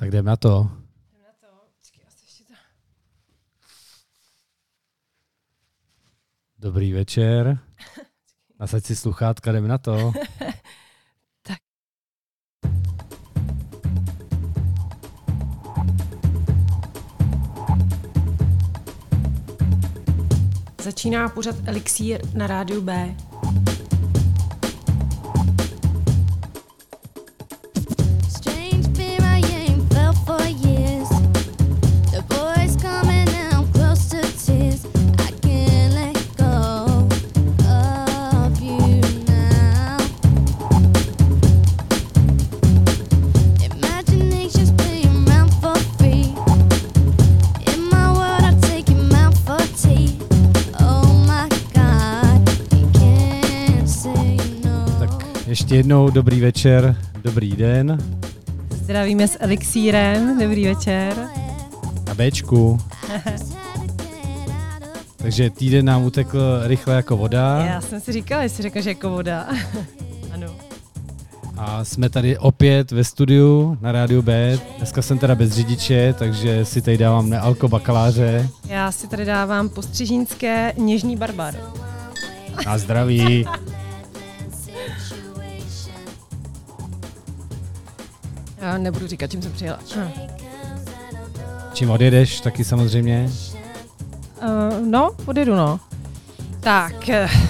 Tak jdem na to. Dobrý večer. Nasaď si sluchátka, jdem na to. Tak. Začíná pořad Elixír na rádiu B. Ještě jednou dobrý večer, dobrý den. Zdravíme s Elixírem, dobrý večer. Na Bčku. Takže týden nám utekl rychle jako voda. Já jsem si říkala, jestli řekl, že jako voda. Ano. A jsme tady opět ve studiu na rádiu B. Dneska jsem teda bez řidiče, takže si tady dávám nealko bakaláře. Já si tady dávám postřižínské něžný barbar. Na zdraví. Já nebudu říkat, čím jsem přijela. Čím odjedeš, taky samozřejmě. No, odjedu, no. Tak.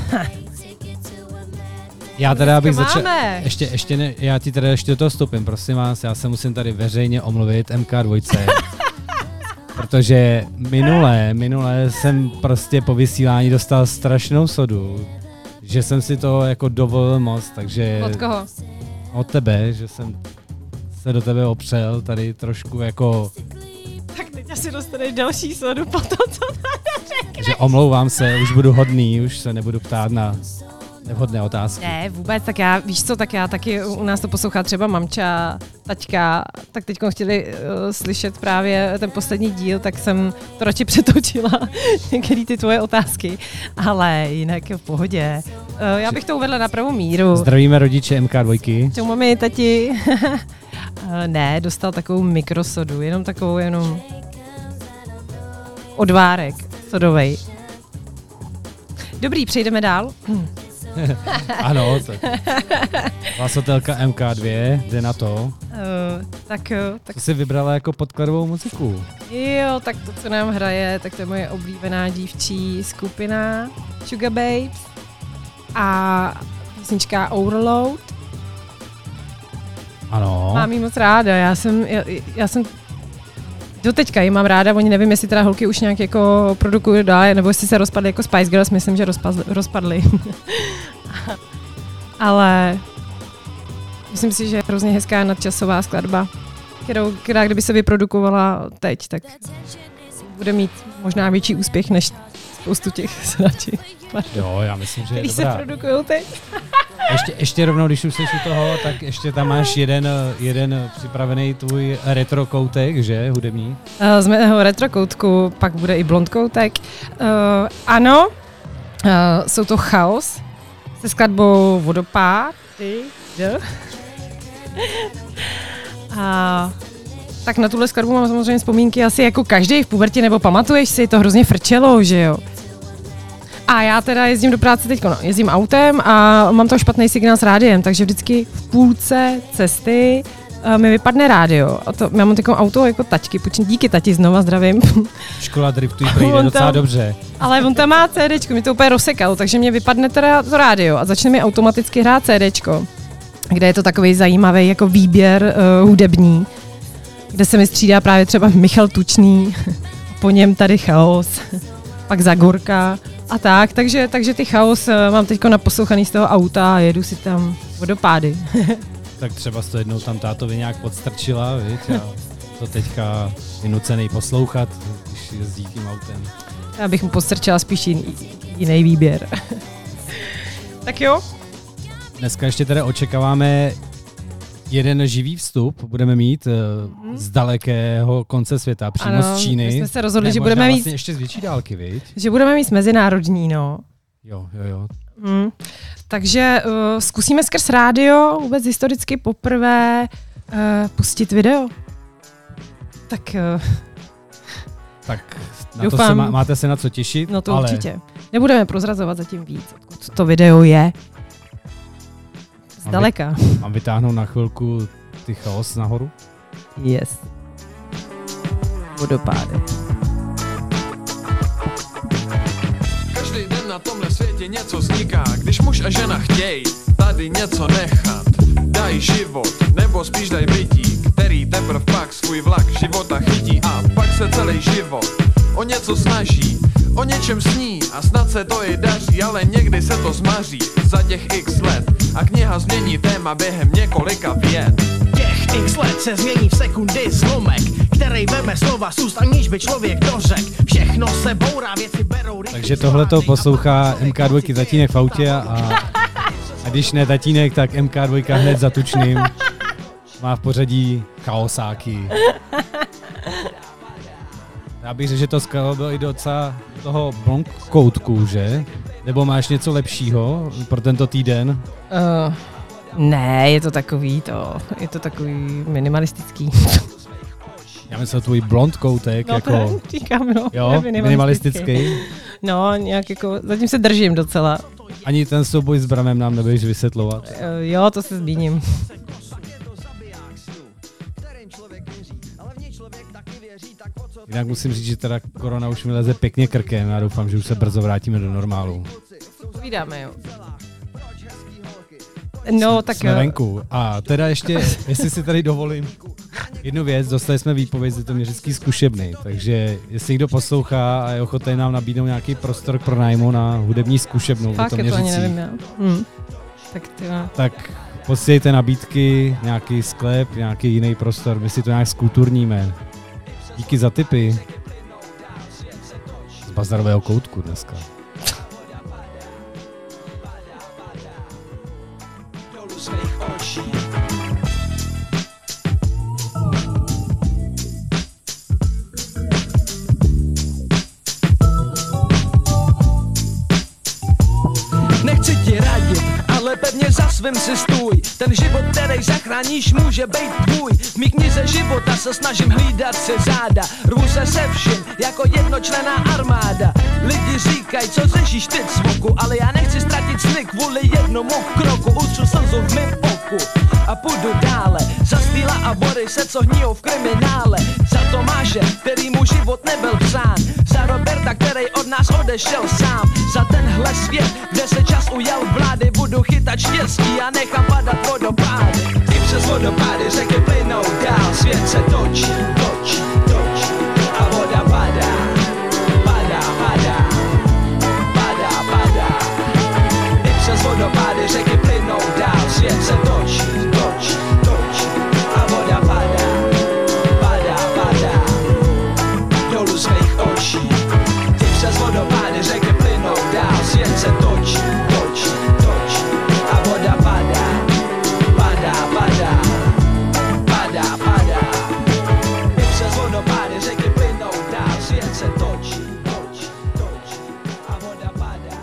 Já teda bych začal. Ještě ne, já ti teda ještě do toho vstupím, prosím vás, já se musím tady veřejně omluvit MK2. Protože minule jsem prostě po vysílání dostal strašnou sodu, že jsem si to jako dovolil moc, takže... Od koho? Od tebe, že jsem se do tebe opřel tady trošku jako... Tak teď asi dostaneš další sodu po to, co tady řekneš. Že omlouvám se, už budu hodný, už se nebudu ptát na nevhodné otázky. Ne, vůbec, tak já, víš co, tak já taky, u nás to poslouchá třeba mamča, taťka, tak teďko chtěli slyšet právě ten poslední díl, tak jsem to radši přetočila, některé ty tvoje otázky, ale jinak v pohodě. Já bych to uvedla na pravou míru. Zdravíme rodiče MK2. Čau mami, tati. Ne, dostal takovou mikrosodu, jenom odvárek sodovej. Dobrý, přejdeme dál. Ano, hlasotelka MK2, jde na to. Tak. Co jsi vybrala jako podkladovou muziku? Jo, tak to, co nám hraje, tak to je moje oblíbená dívčí skupina Sugababes a písnička Overload. Ano. Mám jí moc ráda, já jsem doteďka ji mám ráda, oni nevím, jestli teda holky už nějak jako produkují dál, nebo jestli se rozpadly jako Spice Girls, myslím, že rozpadly. Ale myslím si, že je hrozně hezká nadčasová skladba, která kdyby se vyprodukovala teď, tak bude mít možná větší úspěch než spoustu těch sračí. Jo, já myslím, že je dobrá. Který se produkujou teď. Ještě rovnou, když už jsi u toho, tak ještě tam máš jeden připravený tvůj retro koutek, že, hudební? Z mého retro koutku pak bude i blond koutek. Ano, jsou to Chaos se skladbou Vodopád. A tak na tuhle skladbu mám samozřejmě vzpomínky asi jako každý v pubertě, nebo pamatuješ si, to hrozně frčelo, že jo? A já teda jezdím do práce teďko, jezdím autem a mám to špatný signál s rádiem, takže vždycky v půlce cesty mi vypadne rádio. A to, já mám takovou auto jako taťky, díky tati znova, zdravím. Škola driftují projde docela dobře. Ale on tam má CDčko, mi to úplně rozsekalo, takže mě vypadne teda to rádio a začne mi automaticky hrát CDčko, kde je to takový zajímavý jako výběr hudební, kde se mi střídá právě třeba Michal Tučný, po něm tady Chaos, pak Zagorka a tak, takže ty Chaos mám teďko naposlouchaný z toho auta a jedu si tam Vodopády. Tak třeba jsi to jednou tam tátovi nějak podstrčila, viď? A to teďka je nucený poslouchat, když jezdí tím autem. Já bych mu podstrčila spíš jiný výběr. Tak jo. Dneska ještě teda očekáváme jeden živý vstup, budeme mít z dalekého konce světa, přímo z Číny. My jsme se rozhodli, že budeme mít vlastně ještě z větší dálky, viď? Že budeme mít mezinárodní, no. Jo. Takže zkusíme skrz rádio vůbec historicky poprvé pustit video. Tak na doufám, to máte se na co těšit. No to ale určitě. Nebudeme prozrazovat zatím víc, odkud to video je. Zdaleka. Mám vytáhnout na chvilku ty chaos nahoru? Yes. Vodopády. Každý den na tomhle světě něco vzniká, když muž a žena chtějí tady něco nechat. Daj život, nebo spíš daj bytí, který teprv pak svůj vlak života chytí. A pak se celý život o něco snaží, o něčem sní a snad se to i daří, ale někdy se to zmaří za těch x let a kniha změní téma během několika vět. Těch x let se změní v sekundy zlomek, který veme slova z úst, aniž by člověk dořek. Všechno se bourá, věci berou rychle. Takže tohleto poslouchá MK2 tatínek v autě a když ne tatínek, tak MK2 hned za tučným má v pořadí chaosáky. Já bych řekl, že to skalo i docela toho blond koutku, že? Nebo máš něco lepšího pro tento týden? Ne, je to takový minimalistický. Já myslel tvůj blond koutek, No jako... to říkám, no. Jo, minimalistický. No, nějak jako, zatím se držím docela. Ani ten souboj s Bramem nám nebudeš vysvětlovat. Jo, to se zmíním. Jinak musím říct, že teda korona už mi leze pěkně krkem. Já doufám, že už se brzo vrátíme do normálu. Povídáme, jo. No, tak jsme venku. A teda ještě, jestli si tady dovolím jednu věc, dostali jsme výpověď z Litoměřický zkušebny, takže jestli někdo poslouchá a je ochotný nám nabídnout nějaký prostor k pronájmu na hudební zkušebnu v Litoměřicích. Fakt, to ani nevím já. Tak posílejte nabídky, nějaký sklep, nějaký jiný prostor, my si to nějak zkulturníme. Díky za tipy. Z bazarového koutku dneska. Nechci ti radit, ale pevně za svým si stůj. Ten život, který zachráníš, může být tvůj. V mý knize života se snažím hlídat si záda. Rvu se vším, jako jednočlenná armáda. Lidi říkají, co řešíš ty cvoku, ale já nechci ztratit sny kvůli jednomu kroku. Utřu slzu v mým oku a půjdu dále. Za Stýla a Borise, co hníjou v kriminále. Za Tomáše, který mu život nebyl psán. Za Roberta, který od nás odešel sám. Za tenhle svět, kde se čas ujal vlády. Budu chytat štěstí a nechám padat vodopády. I přes vodopády řeky plynou dál. Svět se točí, točí, točí a voda padá. Padá, padá, padá, padá. I přes vodopády řeky plynou dál. Svět se točí, točí, točí a voda padá. Padá, padá, dolů z mých očí. I přes vodopády řeky plynou dál. Svět se točí, točí, točí a voda padá. Padá, padá, padá, padá. I přes vodopády řeky plynou dál. Svět se točí, točí, točí a voda padá.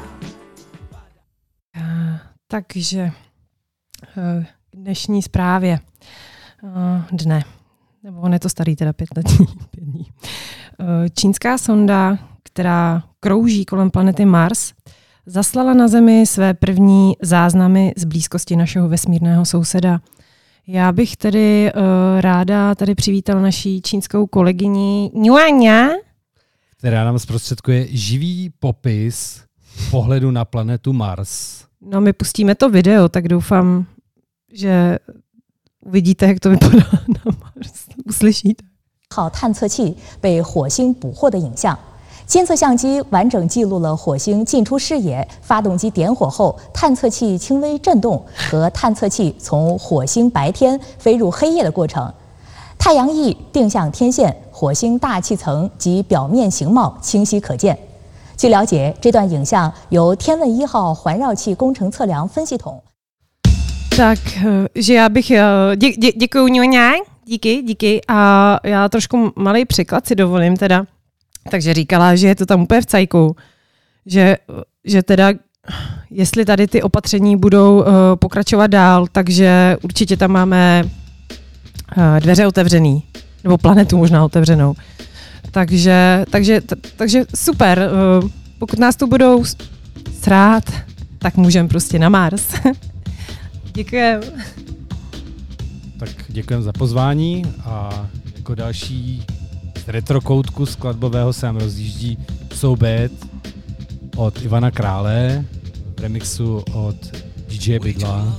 Takže k dnešní zprávě dne, nebo on je to starý teda 5 dní. Čínská sonda, která krouží kolem planety Mars, zaslala na Zemi své první záznamy z blízkosti našeho vesmírného souseda. Já bych tedy ráda tady přivítala naší čínskou kolegyni Nuania, která nám zprostředkuje živý popis pohledu na planetu Mars. No, my pustíme to video, tak doufám, že uvidíte, jak to vypadá na Mars. Uslyšíte. 号探测器被火星捕获的影像。监测相机完整记录了火星进出视野、发动机点火后探测器轻微震动和探测器从火星白天飞入黑夜的过程。太阳翼定向天线、火星大气层及表面形貌清晰可见。据了解，这段影像由天问1号环绕器工程测量分系统。 Tak, že já bych... Děkuju, Nuania. Díky. A já trošku malý překlad si dovolím teda. Takže říkala, že je to tam úplně v cajku. Že teda, jestli tady ty opatření budou pokračovat dál, takže určitě tam máme dveře otevřený. nebo planetu možná otevřenou. Takže super. Pokud nás tu budou srát, tak můžeme prostě na Mars. Děkujem. Tak děkujem za pozvání a jako další z retrokoutku skladbového se nám rozjíždí So Bad od Ivana Krále v remixu od DJ Bydla.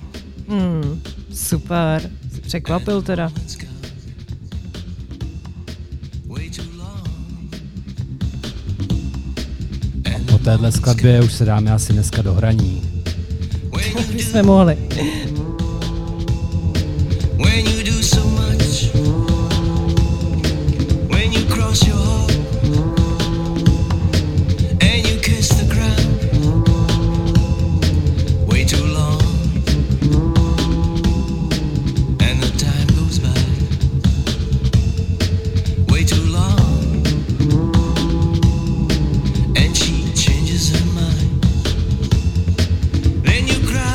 Super. Jsi překvapil teda. Po téhle skladbě už se dáme asi dneska do hraní. Už jsme mohli. When you do so much, when you cross your heart and you kiss the ground way too long and the time goes by way too long and she changes her mind, then you cry.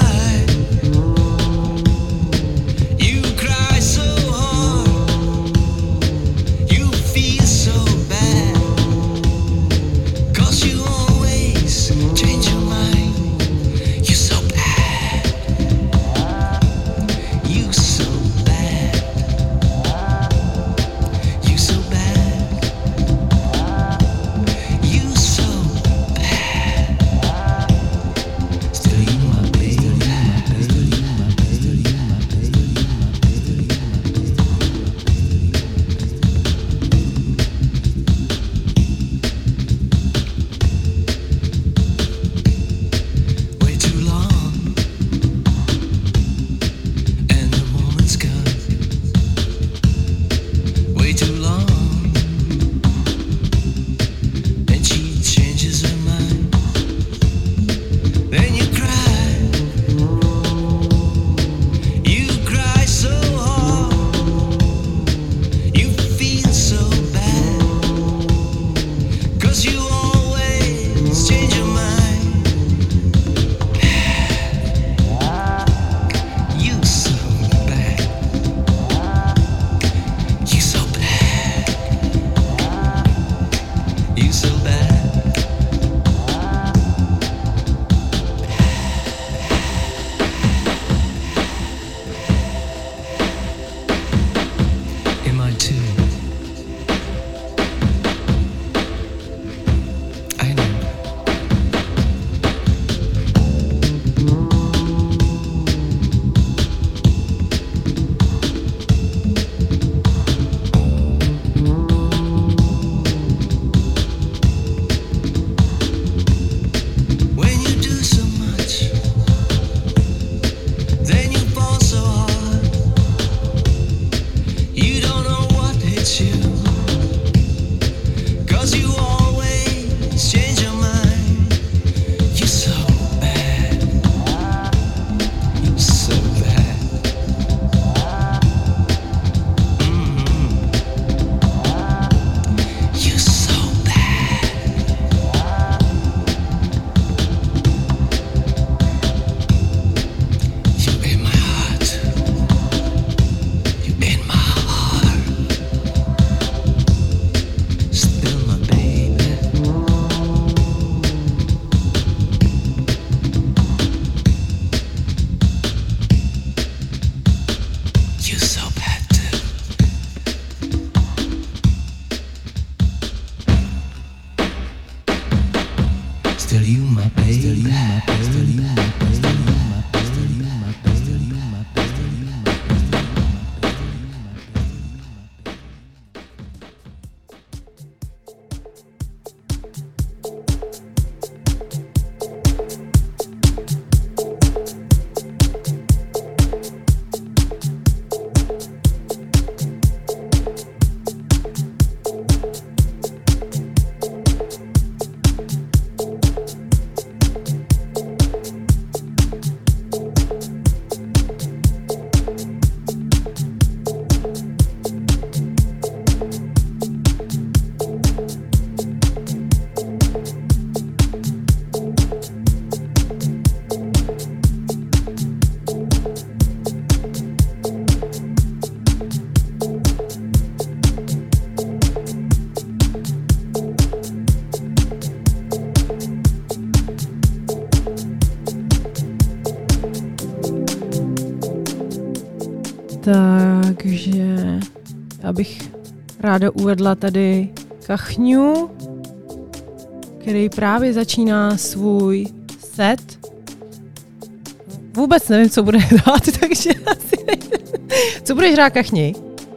Takže já bych ráda uvedla tady Kachňu, který právě začíná svůj set. Vůbec nevím, co bude hrát, takže asi nevím. Co budeš hrát, Kachni?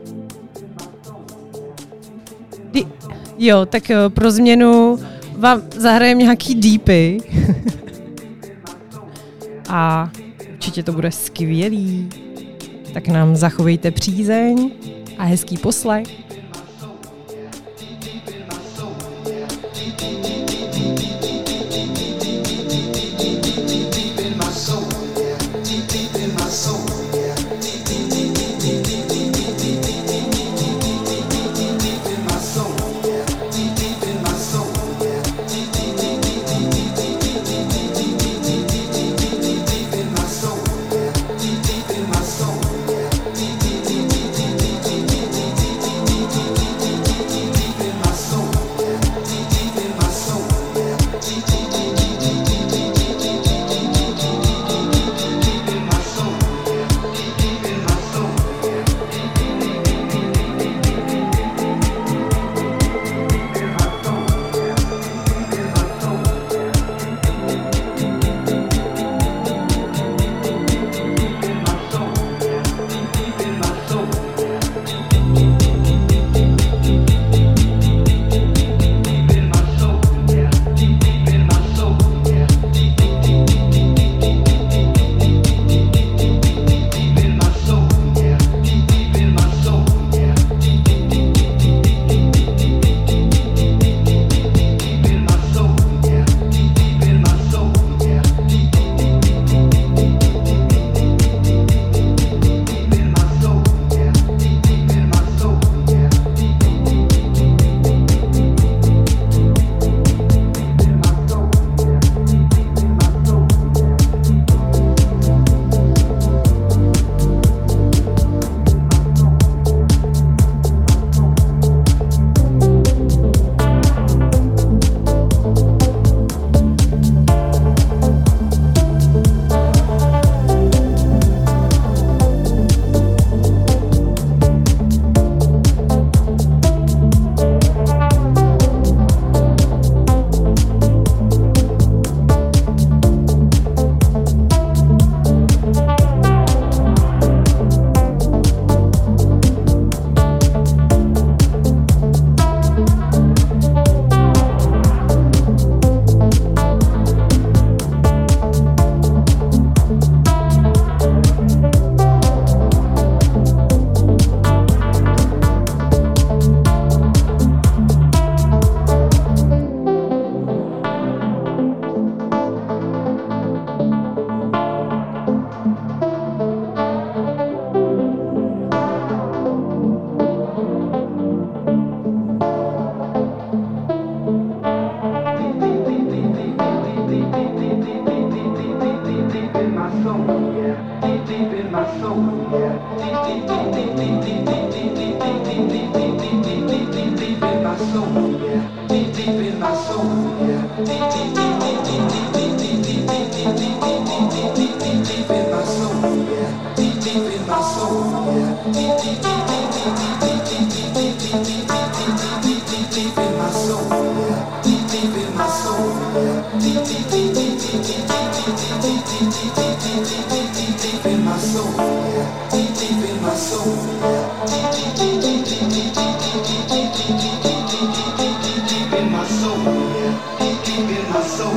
Jo, tak pro změnu vám zahrajeme nějaký deepy. A určitě to bude skvělý. Tak nám zachovejte přízeň a hezký poslech. My soul.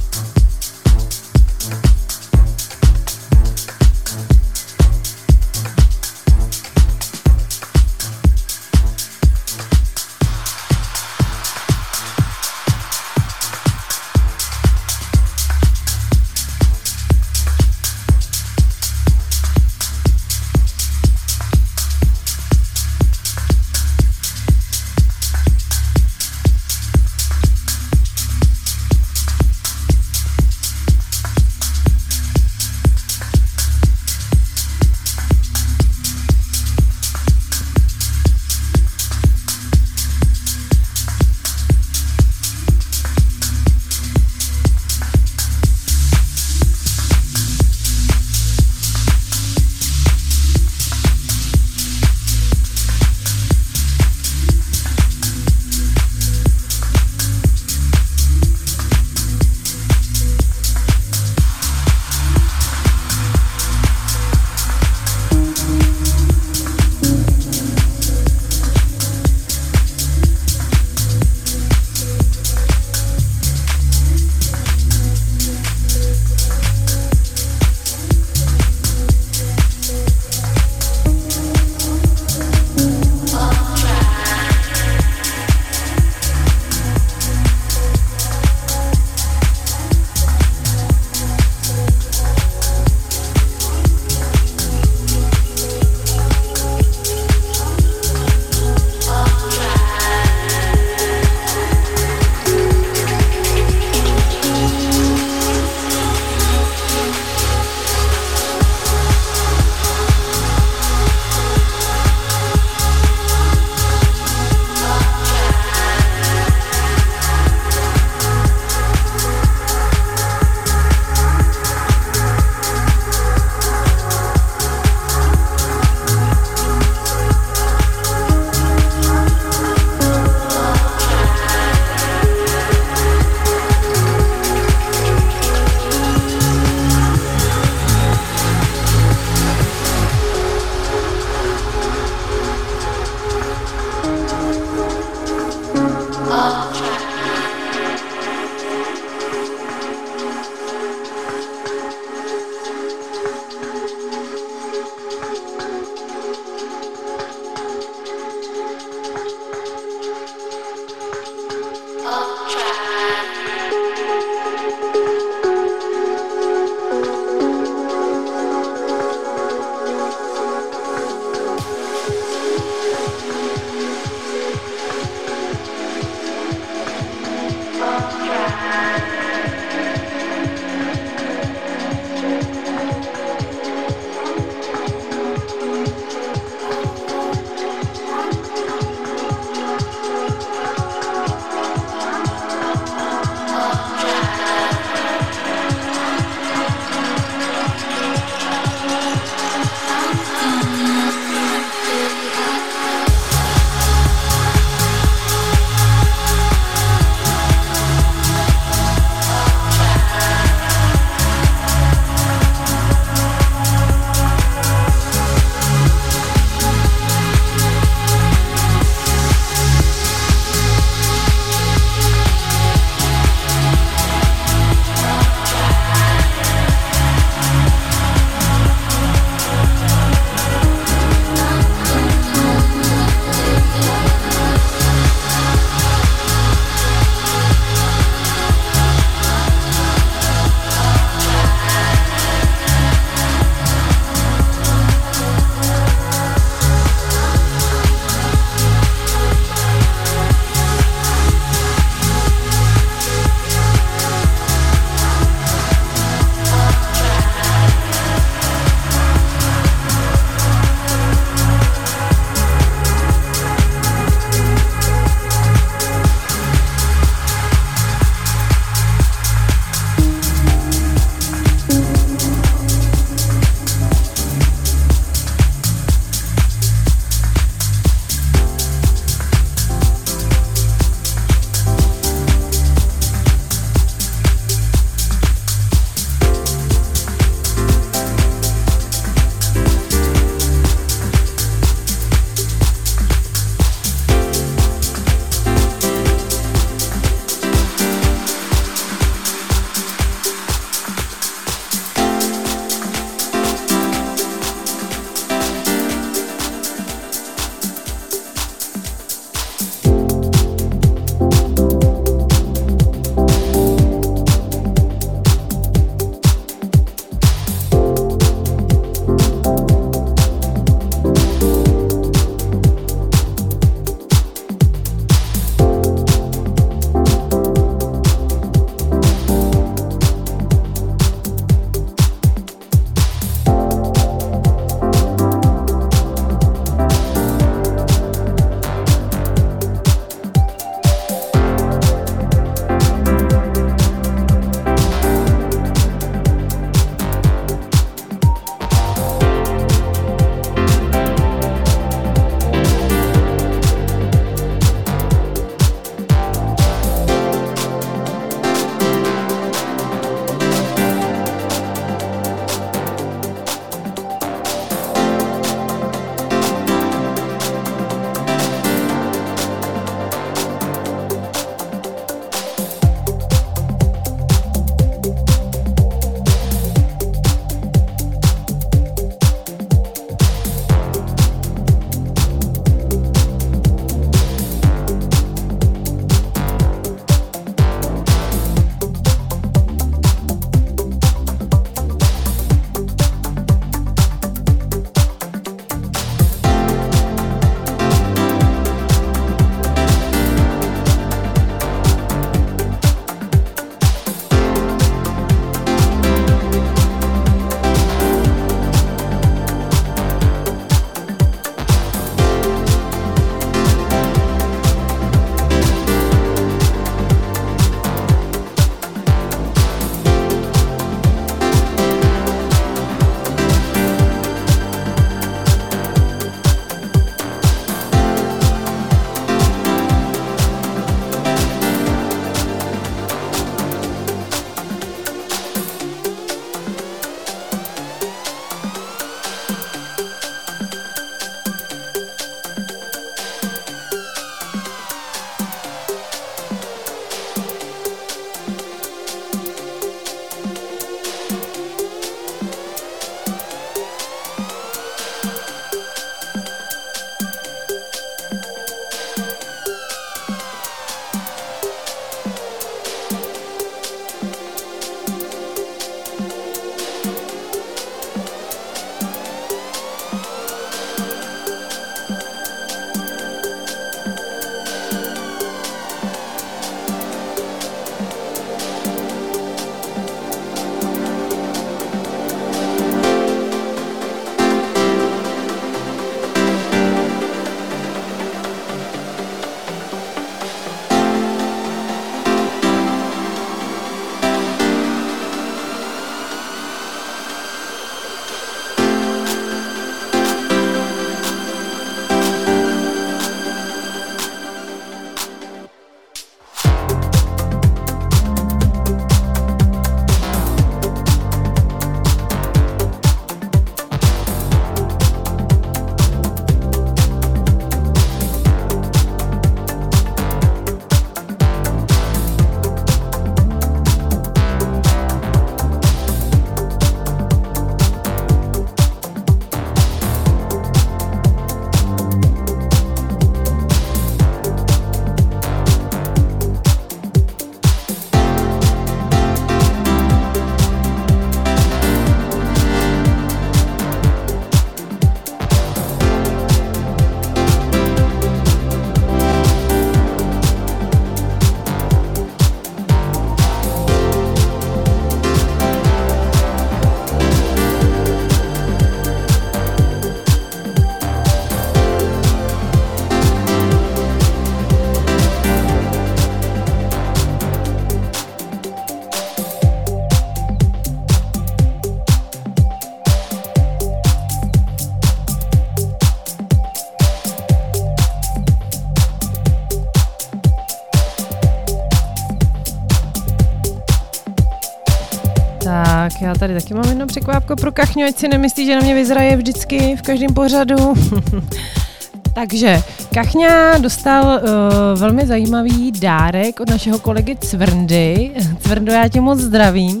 tady taky mám jedno překvápko pro Kachňu, ať si nemyslí, že na mě vyzraje vždycky v každém pořadu. Takže Kachňa dostal velmi zajímavý dárek od našeho kolegy Cvrndy. Cvrndo, já tě moc zdravím.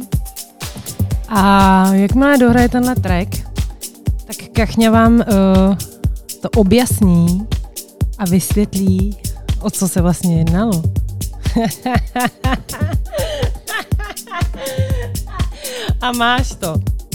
A jakmile dohraje tenhle track, tak Kachňa vám to objasní a vysvětlí, o co se vlastně jednalo. A máš to.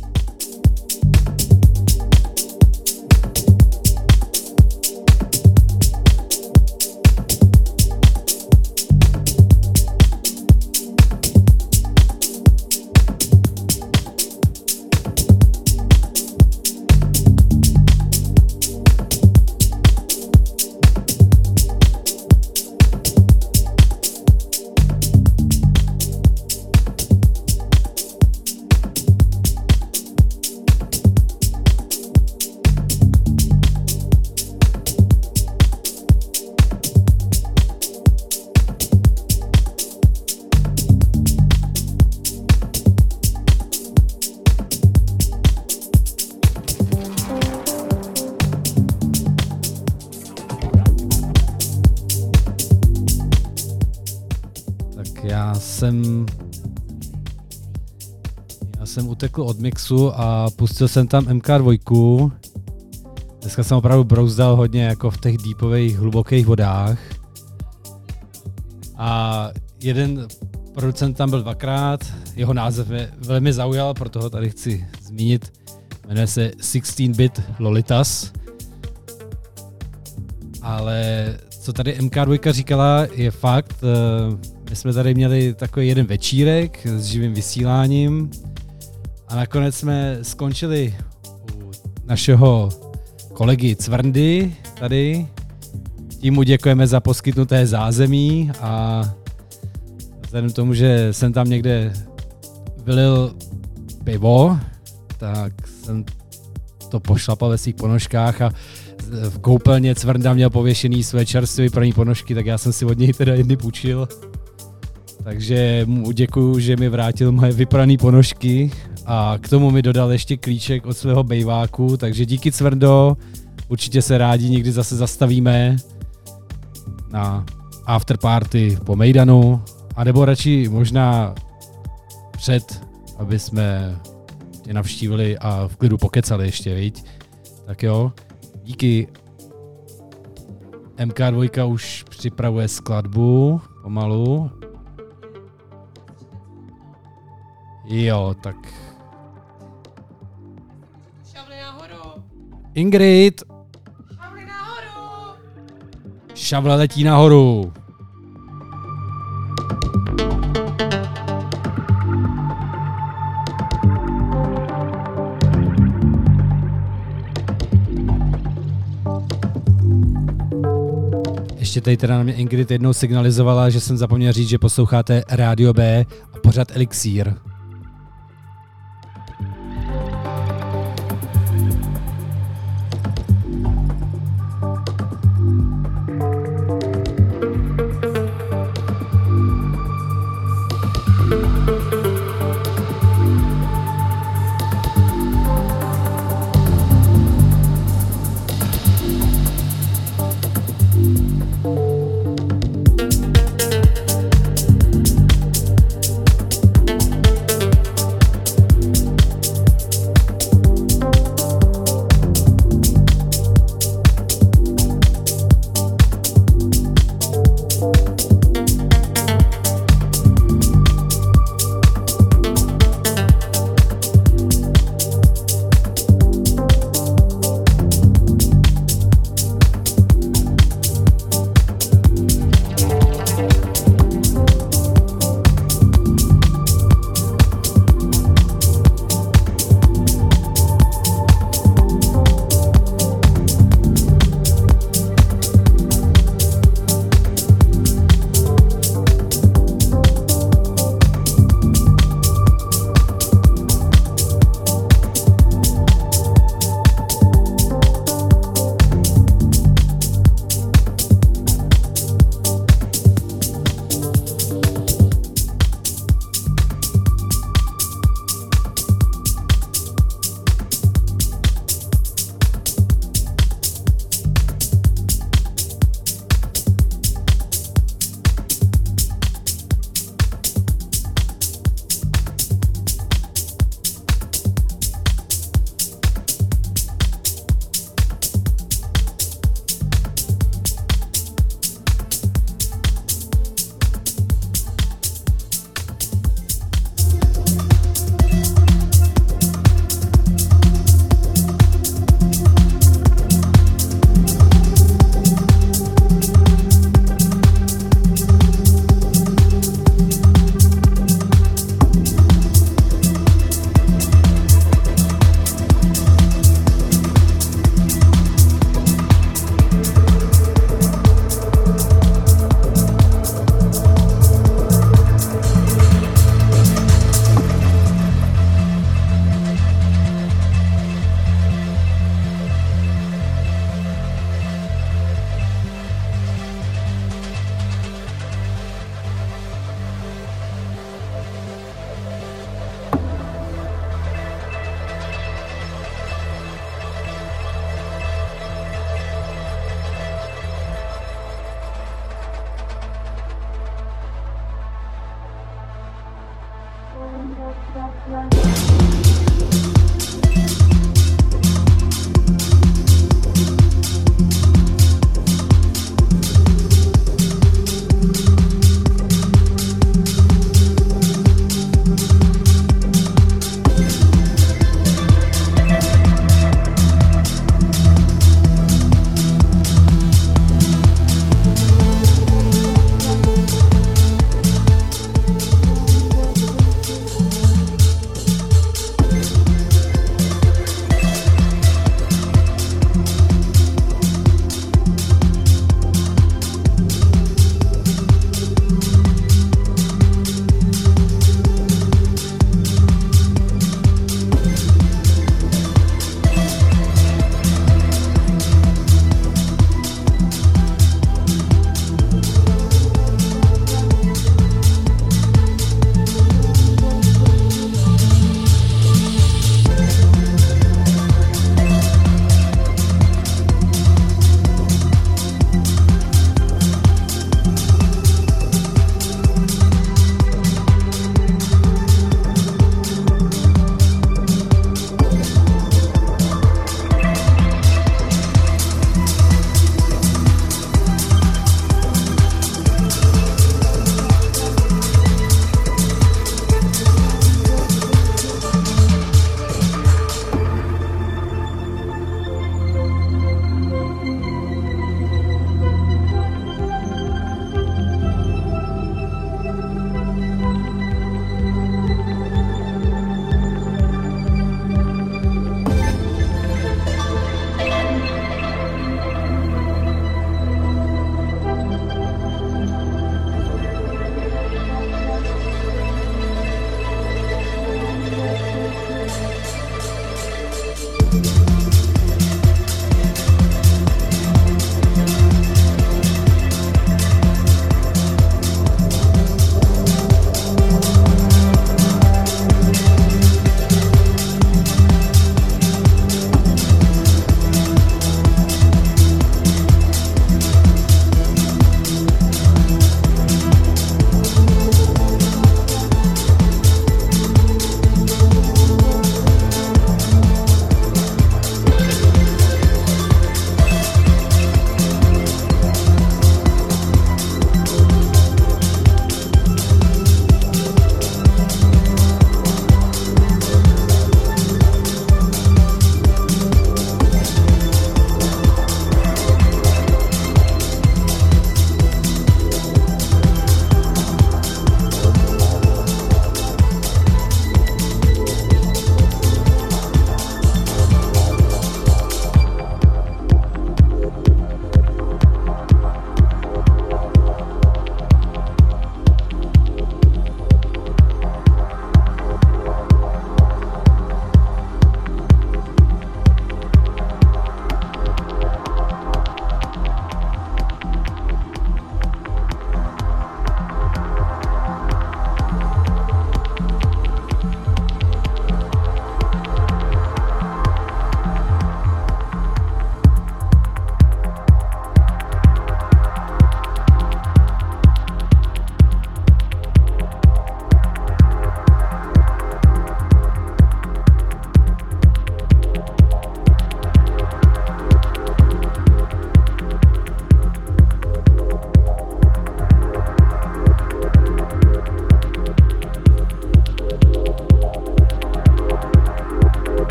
Já jsem utekl od mixu a pustil jsem tam MK2. Dneska jsem opravdu brouzdal hodně jako v těch deepových, hlubokých vodách. A jeden producent tam byl dvakrát, jeho název mě velmi zaujal, proto ho tady chci zmínit. Jmenuje se 16-bit Lolitas. Ale co tady MK2 říkala, je fakt, my jsme tady měli takový jeden večírek s živým vysíláním a nakonec jsme skončili u našeho kolegy Cvrndy tady. Tím mu děkujeme za poskytnuté zázemí a vzhledem k tomu, že jsem tam někde vylil pivo, tak jsem to pošlapal ve svých ponožkách a v koupelně Cvrnda měl pověšený své čerstvé vyprané ponožky, tak já jsem si od něj teda jedny půjčil. Takže mu děkuju, že mi vrátil moje vyprané ponožky a k tomu mi dodal ještě klíček od svého bejváku, takže díky Cvrndo, určitě se rádi někdy zase zastavíme na afterparty po Mejdanu, anebo radši možná před, aby jsme tě navštívili a v klidu pokecali ještě, viď? Tak jo, díky. MK2 už připravuje skladbu pomalu. Jo, tak. Šavli nahoru. Ingrid. Šavli nahoru. Šavle letí nahoru. Ještě tady teda na mě Ingrid jednou signalizovala, že jsem zapomněl říct, že posloucháte Rádio B a pořad Elixír.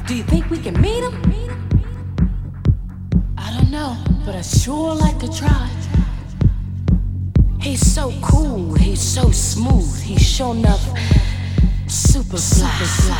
Do you think we can meet him? I don't know, but I sure like to try. He's so cool, he's so smooth, he's sure enough super fly.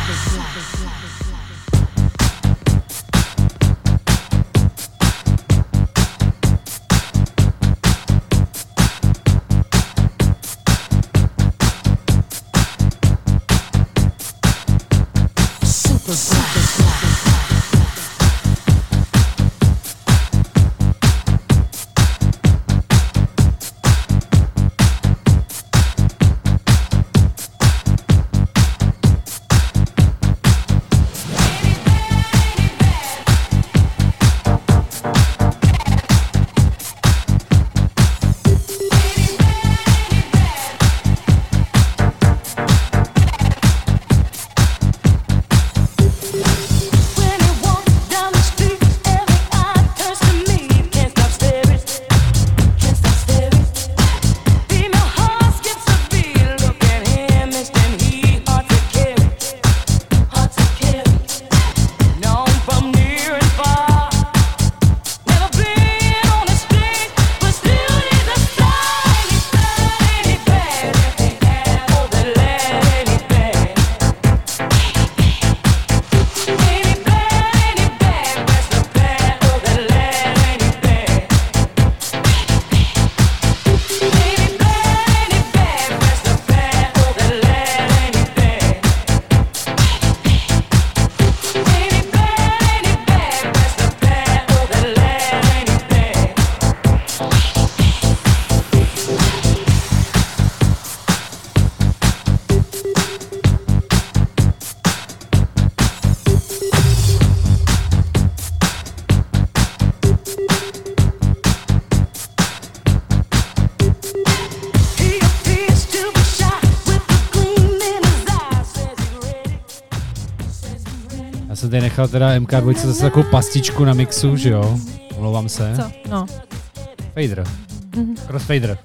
Já jsem tady nechal teda MK2 zase takovou pastičku na mixu, že jo? Omlouvám se. Co? No. Fader. Crossfader.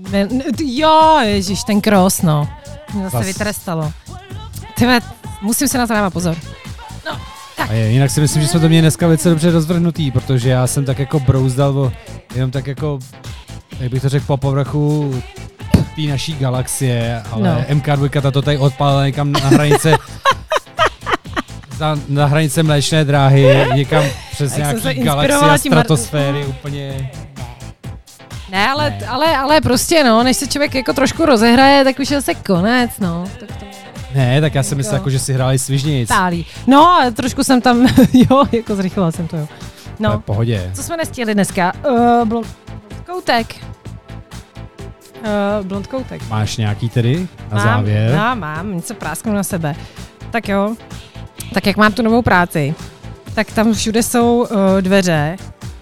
Jo, ježiš, ten cross, no. Mě zase Zas. vytrestalo. Tyhle, musím se na to dávat pozor. No, tak. A jinak si myslím, že jsme to měli dneska velice dobře rozvrhnutý, protože já jsem tak jako brouzdal jenom tak jako, jak bych to řekl, po povrchu té naší galaxie, ale no. MK2 ta to tady odpálila někam na hranice na hranice Mléčné dráhy, někam přes nějaký galaxie a stratosféry úplně. Ne, ale prostě no, než se člověk jako trošku rozehraje, tak už je zase konec, no. Tak to... Ne, tak já jsem myslel, jako, že si hráli svižnějc. Tálí. No, trošku jsem tam, jo, jako zrychlila jsem to, jo. No, ale v pohodě. Co jsme nestihli dneska? Blondkoutek. Blondkoutek. Máš nějaký tedy na závěr? Mám, něco prásknu na sebe. Tak jo, tak jak mám tu novou práci, tak tam všude jsou dveře.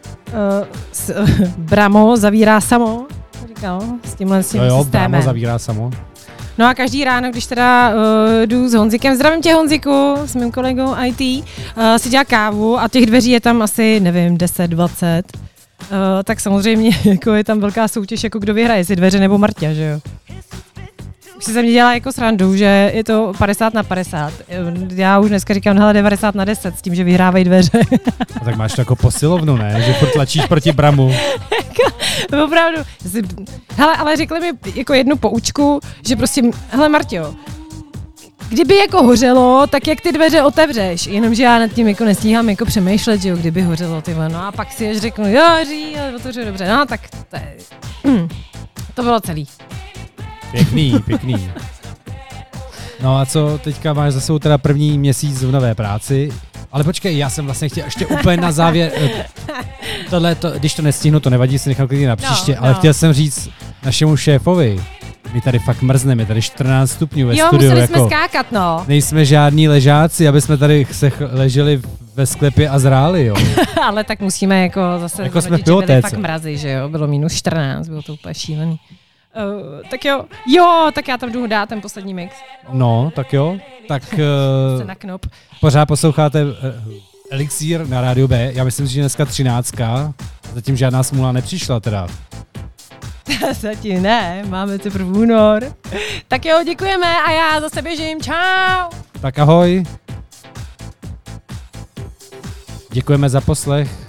Bramo zavírá samo, říkal, s tímhle systémem. Bramo zavírá samo. No a každý ráno, když teda jdu s Honzikem, zdravím tě Honziku, s mým kolegou IT, si dělá kávu a těch dveří je tam asi, nevím, 10, 20. Tak samozřejmě jako je tam velká soutěž, jako kdo vyhraje, jestli dveře nebo Marťa, že jo. Už si ze mě dělá jako srandu, že je to 50/50. Já už dneska říkám, hele, 90/10 s tím, že vyhrávají dveře. A tak máš to jako posilovnu, ne? Že furt tlačíš proti Bramu. Opravdu. Hele, ale řekli mi jako jednu poučku, že prostě, hele Marťo, kdyby jako hořelo, tak jak ty dveře otevřeš? Jenomže já nad tím jako nestíhám jako přemýšlet, že jo, kdyby hořelo, tyhle. No a pak si až řeknu, jo, hoří, ale otevřu dobře. No tak to bylo celý. Pěkný. No a co teďka máš za sebou teda první měsíc v nové práci? Ale počkej, já jsem vlastně chtěl ještě úplně na závěr, když to nestihnu, to nevadí, si nechám klidně na příště, ale chtěl jsem říct našemu šéfovi, my tady fakt mrzneme, je tady 14 stupňů ve studiu. Jo, museli jsme skákat, no. Nejsme žádní ležáci, aby jsme tady leželi ve sklepě a zráli, jo. Ale tak musíme jako zase jako jsme že byly fakt mrazy, že jo, bylo -14, bylo to úplně šílený. Tak jo, tak já tam jdu dát ten poslední mix. No, tak jo, tak na knop. Pořád posloucháte Elixír na rádiu B, já myslím, že dneska 13, zatím žádná smůla nepřišla teda. Zatím ne, máme teprve únor. Tak jo, děkujeme a já zase běžím, čau. Tak ahoj. Děkujeme za poslech.